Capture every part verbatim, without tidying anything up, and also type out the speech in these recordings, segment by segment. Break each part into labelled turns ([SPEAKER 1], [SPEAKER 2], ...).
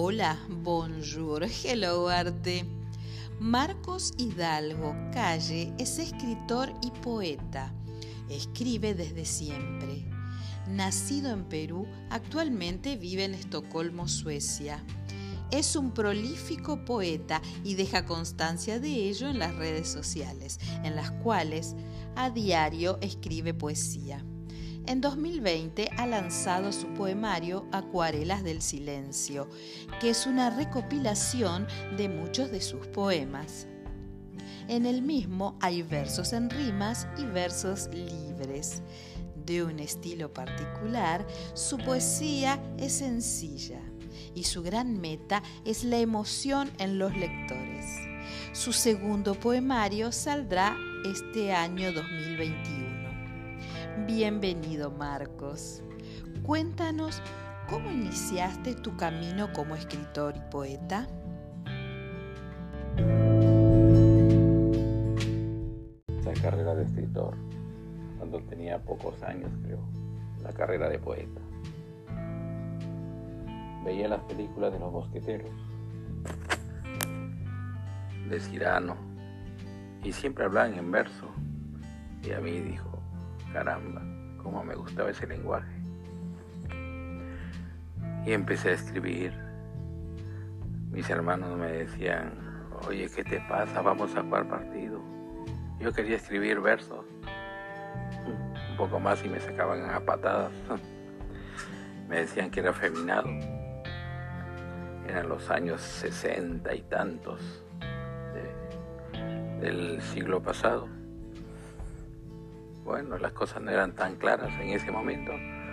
[SPEAKER 1] Hola, bonjour, hello arte. Marcos Hidalgo Calle es escritor y poeta. Escribe desde siempre. Nacido en Perú, actualmente vive en Estocolmo, Suecia. Es un prolífico poeta y deja constancia de ello en las redes sociales, en las cuales a diario escribe poesía. En dos mil veinte ha lanzado su poemario Acuarelas del Silencio, que es una recopilación de muchos de sus poemas. En el mismo hay versos en rimas y versos libres. De un estilo particular, su poesía es sencilla y su gran meta es la emoción en los lectores. Su segundo poemario saldrá este año dos mil veintiuno. Bienvenido, Marcos. Cuéntanos, ¿cómo iniciaste tu camino como escritor y poeta?
[SPEAKER 2] Esa carrera de escritor, cuando tenía pocos años, creo, la carrera de poeta. Veía las películas de los mosqueteros, de Cyrano, y siempre hablaban en verso. Y a mí dijo, caramba, cómo me gustaba ese lenguaje. Y empecé a escribir. Mis hermanos me decían, oye, ¿qué te pasa? Vamos a jugar partido. Yo quería escribir versos. Un poco más y me sacaban a patadas. Me decían que era afeminado. Eran los años sesenta y tantos de, del siglo pasado. Bueno, las cosas no eran tan claras en ese momento.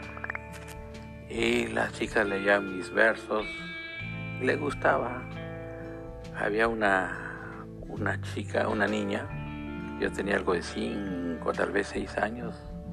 [SPEAKER 2] Y las chicas leían mis versos. Les gustaba. Había una, una chica, una niña. Yo tenía algo de cinco, tal vez seis años.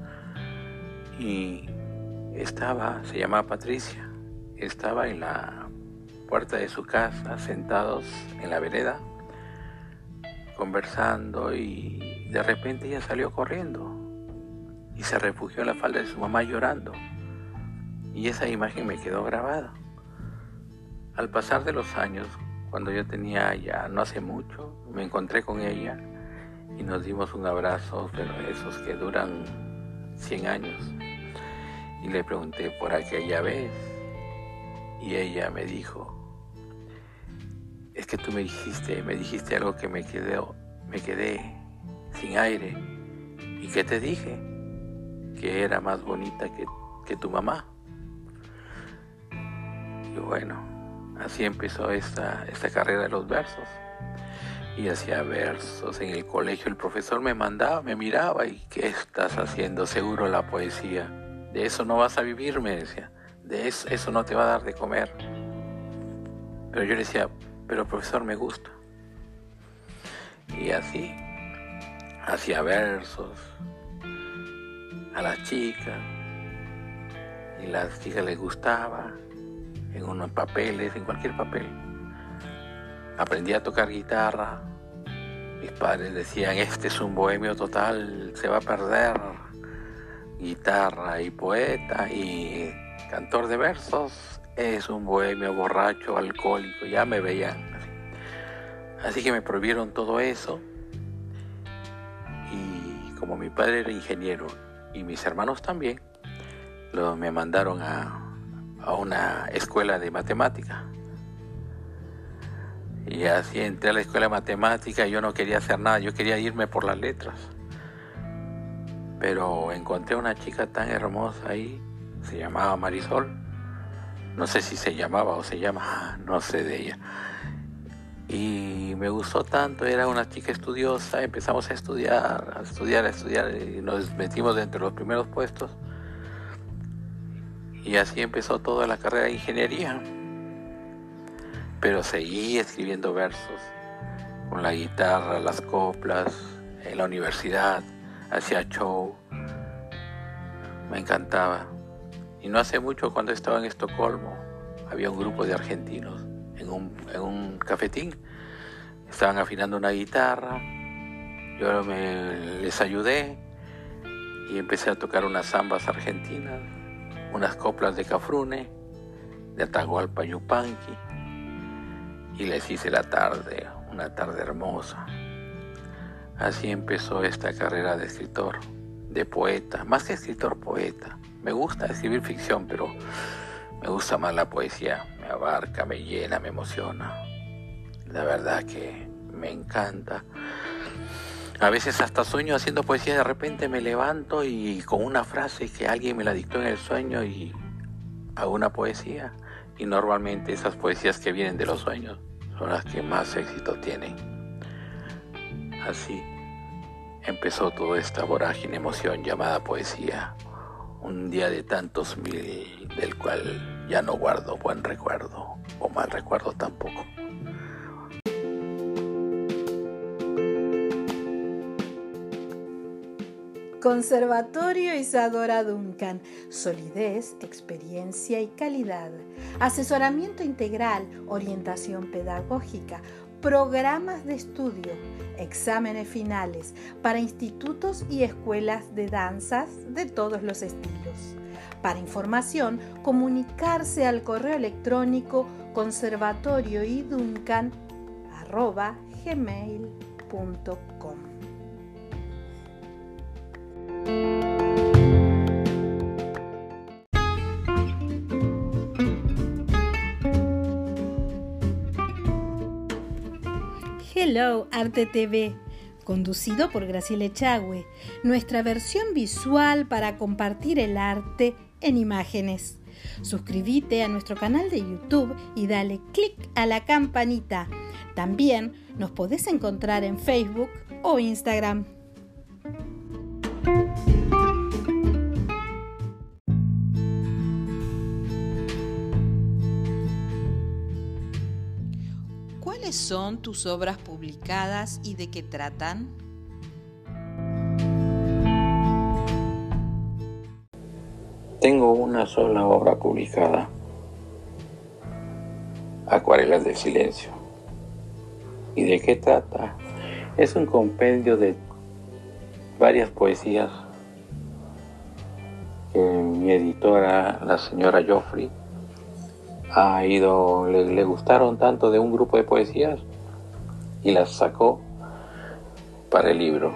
[SPEAKER 2] Y estaba, se llamaba Patricia. Estaba en la puerta de su casa, sentados en la vereda, conversando, y de repente ella salió corriendo y se refugió en la falda de su mamá llorando. Y esa imagen me quedó grabada. Al pasar de los años, cuando yo tenía ya no hace mucho, me encontré con ella y nos dimos un abrazo, pero esos que duran cien años. Y le pregunté por aquella vez y ella me dijo, es que tú me dijiste, me dijiste algo que me quedé, me quedé sin aire. ¿Y qué te dije? Que era más bonita que, que tu mamá. Y bueno, así empezó esta, esta carrera de los versos. Y hacía versos en el colegio. El profesor me mandaba, me miraba, y ¿qué estás haciendo? Seguro la poesía. De eso no vas a vivir, me decía. De eso, eso no te va a dar de comer. Pero yo le decía, pero profesor, me gusta. Y así, hacía versos a las chicas, y las chicas les gustaba, en unos papeles, en cualquier papel. Aprendí a tocar guitarra. Mis padres decían, este es un bohemio total, se va a perder. Guitarra y poeta y cantor de versos, es un bohemio borracho, alcohólico. Ya me veían así. Así que me prohibieron todo eso. Y como mi padre era ingeniero y mis hermanos también, lo, me mandaron a, a una escuela de matemática. Y así entré a la escuela de matemática. Yo no quería hacer nada, yo quería irme por las letras. Pero encontré una chica tan hermosa ahí, se llamaba Marisol. No sé si se llamaba o se llama, no sé de ella. Y me gustó tanto, era una chica estudiosa. Empezamos a estudiar, a estudiar, a estudiar, y nos metimos entre los primeros puestos. Y así empezó toda la carrera de ingeniería. Pero seguí escribiendo versos con la guitarra, las coplas, en la universidad, hacía show, me encantaba. Y no hace mucho, cuando estaba en Estocolmo, había un grupo de argentinos en un, en un cafetín. Estaban afinando una guitarra, yo me, les ayudé y empecé a tocar unas zambas argentinas, unas coplas de Cafrune, de Atahualpa Yupanqui. y les hice la tarde, una tarde hermosa. Así empezó esta carrera de escritor, de poeta, más que escritor, poeta. Me gusta escribir ficción, pero me gusta más la poesía, me abarca, me llena, me emociona. La verdad que me encanta. A veces hasta sueño haciendo poesía, de repente me levanto y con una frase que alguien me la dictó en el sueño y hago una poesía. Y normalmente esas poesías que vienen de los sueños son las que más éxito tienen. Así empezó toda esta vorágine emoción llamada poesía. Un día de tantos mil del cual ya no guardo buen recuerdo o mal recuerdo tampoco.
[SPEAKER 1] Conservatorio Isadora Duncan. Solidez, experiencia y calidad. Asesoramiento integral, orientación pedagógica, programas de estudio, exámenes finales para institutos y escuelas de danzas de todos los estilos. Para información, comunicarse al correo electrónico conservatorioiduncan arroba gmail punto com. Hello Arte T V, conducido por Graciela Echagüe, nuestra versión visual para compartir el arte en imágenes. Suscríbete a nuestro canal de YouTube y dale clic a la campanita. También nos podés encontrar en Facebook o Instagram. ¿Cuáles son tus obras publicadas y de qué tratan?
[SPEAKER 2] Tengo una sola obra publicada, Acuarelas del Silencio. ¿Y de qué trata? Es un compendio de varias poesías que mi editora, la señora Joffrey, ha ido, le, le gustaron tanto de un grupo de poesías y las sacó para el libro.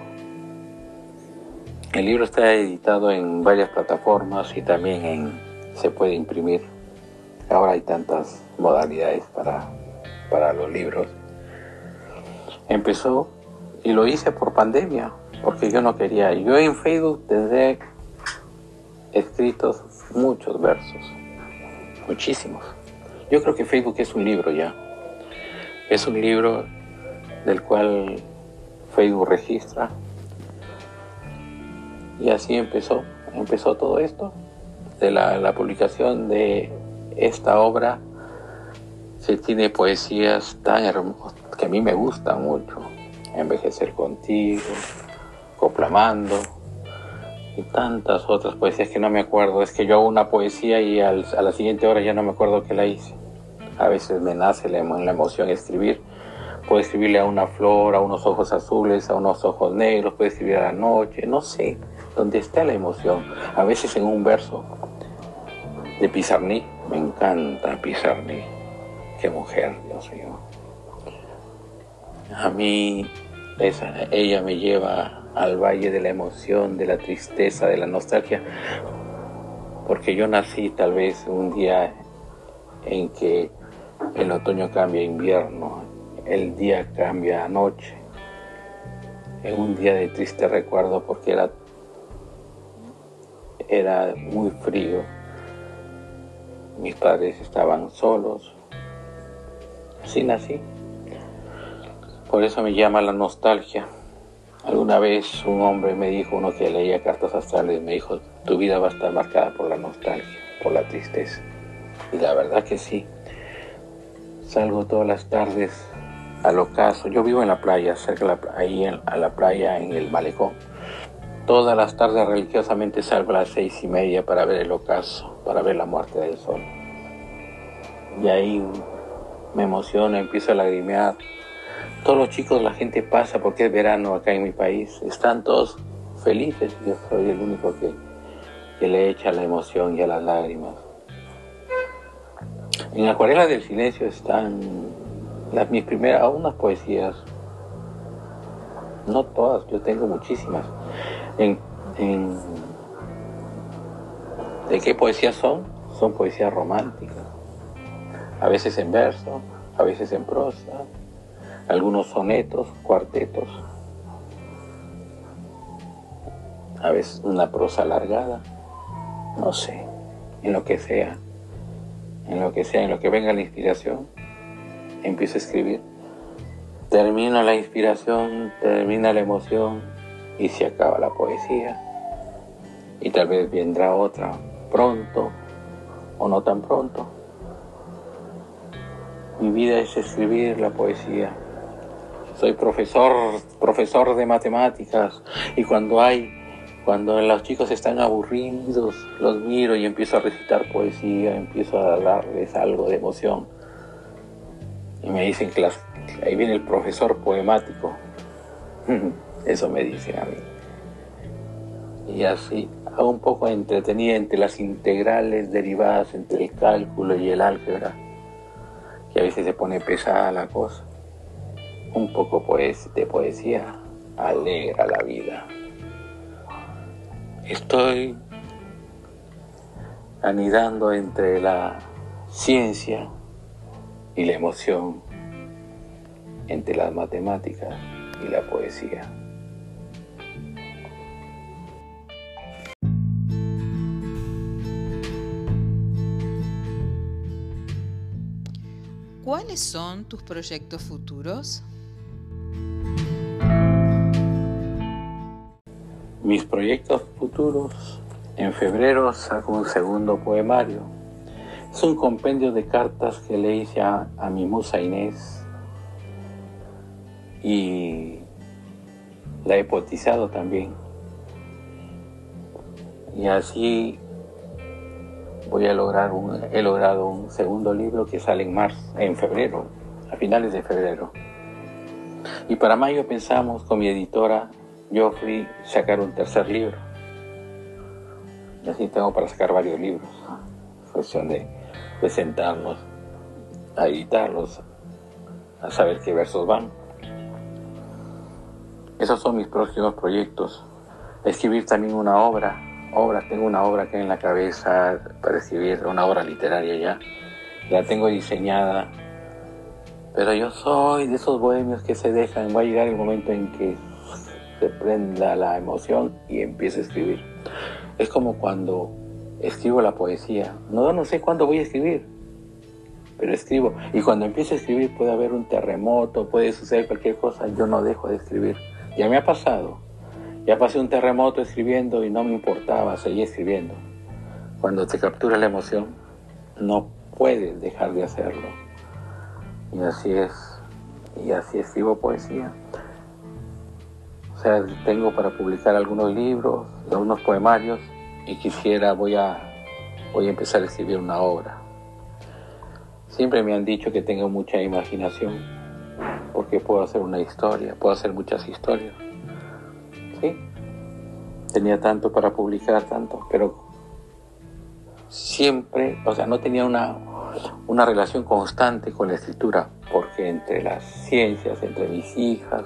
[SPEAKER 2] El libro está editado en varias plataformas y también en, se puede imprimir. Ahora hay tantas modalidades para, para los libros. Empezó y lo hice por pandemia, porque yo no quería. Yo en Facebook tendré escritos muchos versos, muchísimos. Yo creo que Facebook es un libro ya. Es un libro del cual Facebook registra. Y así empezó, empezó todo esto. De la, la publicación de esta obra se tiene poesías tan hermosas que a mí me gustan mucho. Envejecer contigo, Coplamando y tantas otras poesías que no me acuerdo. Es que yo hago una poesía y al, a la siguiente hora ya no me acuerdo que la hice. A veces me nace la, la emoción escribir. Puedo escribirle a una flor, a unos ojos azules, a unos ojos negros, puedo escribir a la noche, no sé, donde está la emoción. A veces en un verso de Pizarnik, me encanta Pizarnik, qué mujer, Dios mío. A mí, esa, ella me lleva al valle de la emoción, de la tristeza, de la nostalgia, porque yo nací tal vez un día en que el otoño cambia a invierno, el día cambia a noche, en un día de triste recuerdo porque era, era muy frío, mis padres estaban solos, así nací, por eso me llama la nostalgia. Alguna vez un hombre me dijo, uno que leía cartas astrales, me dijo, tu vida va a estar marcada por la nostalgia, por la tristeza, y la verdad que sí. Salgo todas las tardes al ocaso. Yo vivo en la playa, cerca de la, ahí en, a la playa en el malecón. Todas las tardes religiosamente salgo a las seis y media para ver el ocaso, para ver la muerte del sol. Y ahí me emociono, empiezo a lagrimear. Todos los chicos, la gente pasa porque es verano acá en mi país. Están todos felices. Yo soy el único que, que le echa la emoción y a las lágrimas. En Acuarelas del Silencio están las, mis primeras, unas poesías, no todas, yo tengo muchísimas. En, en, ¿De qué poesías son? Son poesías románticas, a veces en verso, a veces en prosa, algunos sonetos, cuartetos, a veces una prosa alargada, no sé, en lo que sea, en lo que sea, en lo que venga la inspiración, empiezo a escribir. Termina la inspiración, termina la emoción y se acaba la poesía. Y tal vez vendrá otra pronto o no tan pronto. Mi vida es escribir la poesía. Soy profesor, profesor de matemáticas y cuando hay, cuando los chicos están aburridos, los miro y empiezo a recitar poesía, empiezo a darles algo de emoción. Y me dicen que las, ahí viene el profesor poemático. Eso me dicen a mí. Y así, hago un poco entretenida entre las integrales derivadas entre el cálculo y el álgebra, que a veces se pone pesada la cosa. Un poco pues, de poesía alegra la vida. Estoy anidando entre la ciencia y la emoción, entre las matemáticas y la poesía.
[SPEAKER 1] ¿Cuáles son tus proyectos futuros?
[SPEAKER 2] Mis proyectos futuros, en febrero saco un segundo poemario. Es un compendio de cartas que le hice a, a mi musa Inés y la he potizado también. Y así voy a lograr un, he logrado un segundo libro que sale en marzo, en febrero, a finales de febrero. Y para mayo pensamos con mi editora Joffrey sacar un tercer libro. Y así tengo para sacar varios libros. Es cuestión de, de sentarnos a editarlos, a saber qué versos van. Esos son mis próximos proyectos. Escribir también una obra. obra tengo una obra acá en la cabeza para escribir, una obra literaria ya. La tengo diseñada. Pero yo soy de esos bohemios que se dejan. Va a llegar el momento en que se prenda la emoción y empiezo a escribir. Es como cuando escribo la poesía. No, no sé cuándo voy a escribir, pero escribo. Y cuando empiezo a escribir puede haber un terremoto, puede suceder cualquier cosa. Yo no dejo de escribir. Ya me ha pasado. Ya pasé un terremoto escribiendo y no me importaba, seguí escribiendo. Cuando te captura la emoción, no puedes dejar de hacerlo. Y así es. Y así escribo poesía. O sea, tengo para publicar algunos libros, algunos poemarios, y quisiera, voy a, voy a empezar a escribir una obra. Siempre me han dicho que tengo mucha imaginación, porque puedo hacer una historia, puedo hacer muchas historias. ¿Sí? Tenía tanto para publicar, tanto, pero siempre, o sea, no tenía una, una relación constante con la escritura, porque entre las ciencias, entre mis hijas,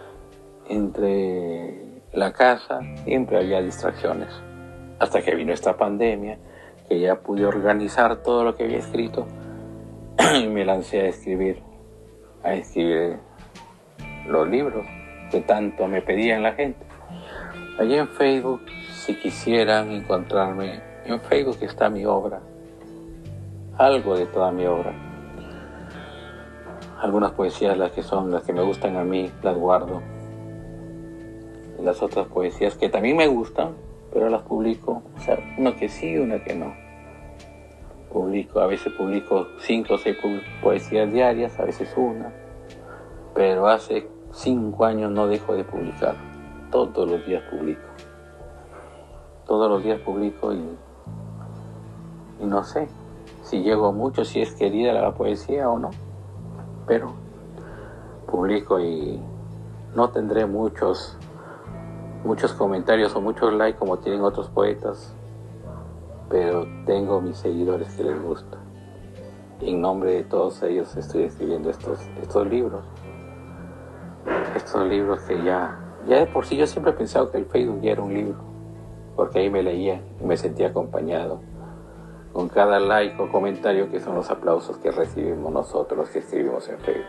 [SPEAKER 2] entre la casa, siempre había distracciones. Hasta que vino esta pandemia, que ya pude organizar todo lo que había escrito, y me lancé a escribir, a escribir los libros que tanto me pedían la gente. Allí en Facebook, si quisieran encontrarme, en Facebook está mi obra, algo de toda mi obra. Algunas poesías, las que son, las que me gustan a mí, las guardo. Las otras poesías que también me gustan, pero las publico, o sea, una que sí, una que no. Publico, a veces publico cinco o seis poesías diarias, a veces una, pero hace cinco años no dejo de publicar. Todos los días publico. Todos los días publico y, y no sé si llego mucho, si es querida la poesía o no, pero publico y no tendré muchos muchos comentarios o muchos likes como tienen otros poetas, pero tengo mis seguidores que les gusta. Y en nombre de todos ellos estoy escribiendo estos, estos libros. Estos libros que ya, ya de por sí yo siempre he pensado que el Facebook ya era un libro, porque ahí me leía y me sentía acompañado con cada like o comentario, que son los aplausos que recibimos nosotros los que escribimos en Facebook.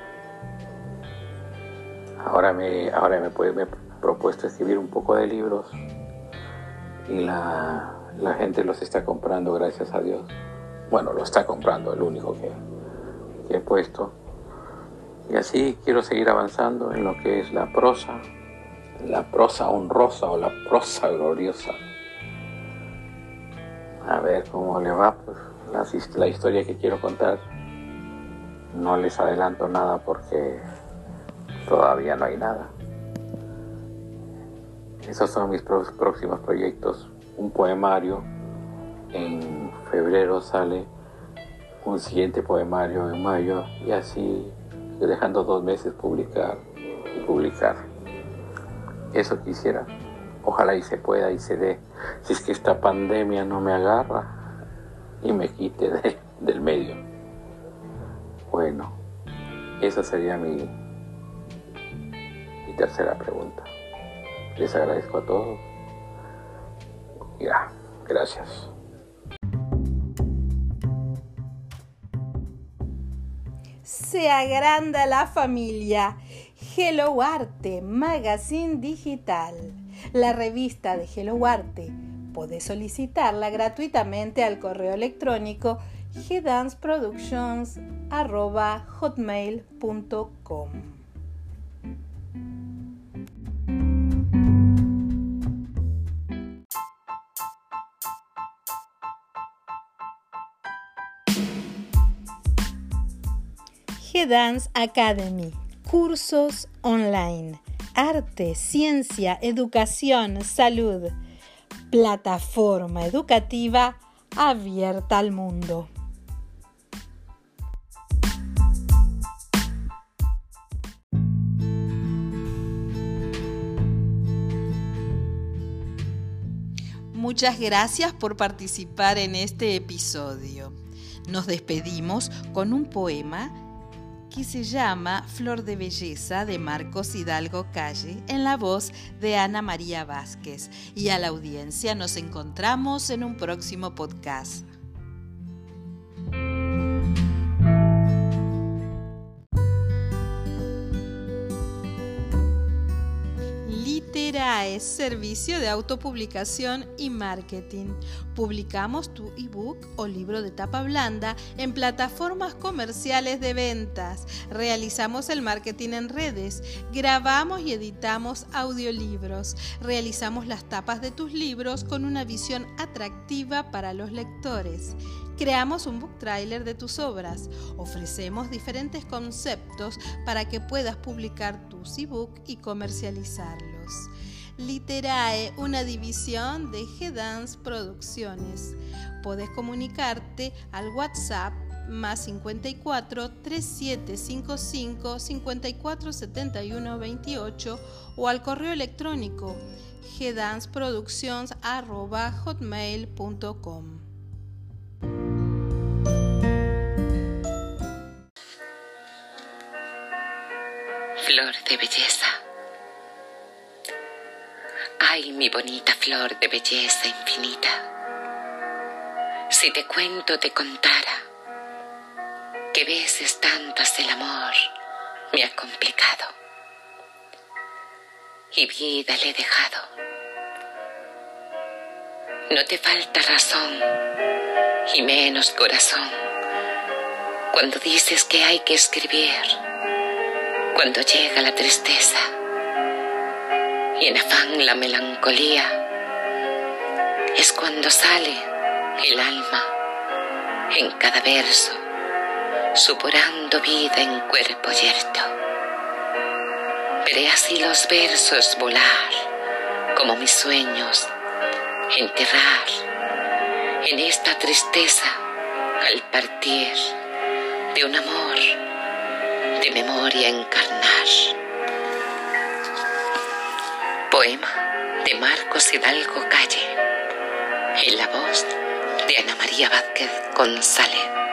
[SPEAKER 2] Ahora me, ahora me, me he propuesto escribir un poco de libros y la, la gente los está comprando, gracias a Dios. Bueno, lo está comprando, el único que, que he puesto. Y así quiero seguir avanzando en lo que es la prosa, la prosa honrosa o la prosa gloriosa. A ver cómo le va, pues la, la historia que quiero contar. No les adelanto nada porque todavía no hay nada. Esos son mis próximos proyectos. Un poemario. En febrero sale un siguiente poemario en mayo, y así dejando dos meses publicar y publicar. Eso quisiera. Ojalá y se pueda y se dé. Si es que esta pandemia no me agarra y me quite de, del medio. Bueno, esa sería mi, mi tercera pregunta. Les agradezco a todos. Ya, gracias.
[SPEAKER 1] Se agranda la familia. Hello Arte, magazine digital. La revista de Hello Arte. Podés solicitarla gratuitamente al correo electrónico g dance productions arroba hotmail punto com. G-Dance Academy, cursos online, arte, ciencia, educación, salud, plataforma educativa abierta al mundo. Muchas gracias por participar en este episodio. Nos despedimos con un poema que se llama Flor de Belleza, de Marcos Hidalgo Calle, en la voz de Ana María Vázquez. Y a la audiencia nos encontramos en un próximo podcast. Literae, servicio de autopublicación y marketing. Publicamos tu ebook o libro de tapa blanda en plataformas comerciales de ventas. Realizamos el marketing en redes. Grabamos y editamos audiolibros. Realizamos las tapas de tus libros con una visión atractiva para los lectores. Creamos un book trailer de tus obras. Ofrecemos diferentes conceptos para que puedas publicar tus ebook y comercializarlos. Literae, una división de G-Dance Producciones. Podés comunicarte al WhatsApp más cincuenta y cuatro, treinta y siete cincuenta y cinco, cincuenta y cuatro setenta y uno veintiocho o al correo electrónico g dance productions arroba hotmail punto com.
[SPEAKER 3] Flor de belleza. Ay, mi bonita flor de belleza infinita. Si te cuento, te contara que veces tantas el amor me ha complicado y vida le he dejado. No te falta razón y menos corazón cuando dices que hay que escribir, cuando llega la tristeza y en afán la melancolía, es cuando sale el alma en cada verso, supurando vida en cuerpo yerto. Veré así los versos volar como mis sueños, enterrar en esta tristeza al partir de un amor de memoria encarnar. Poema de Marcos Hidalgo Calle, en la voz de Ana María Vázquez González.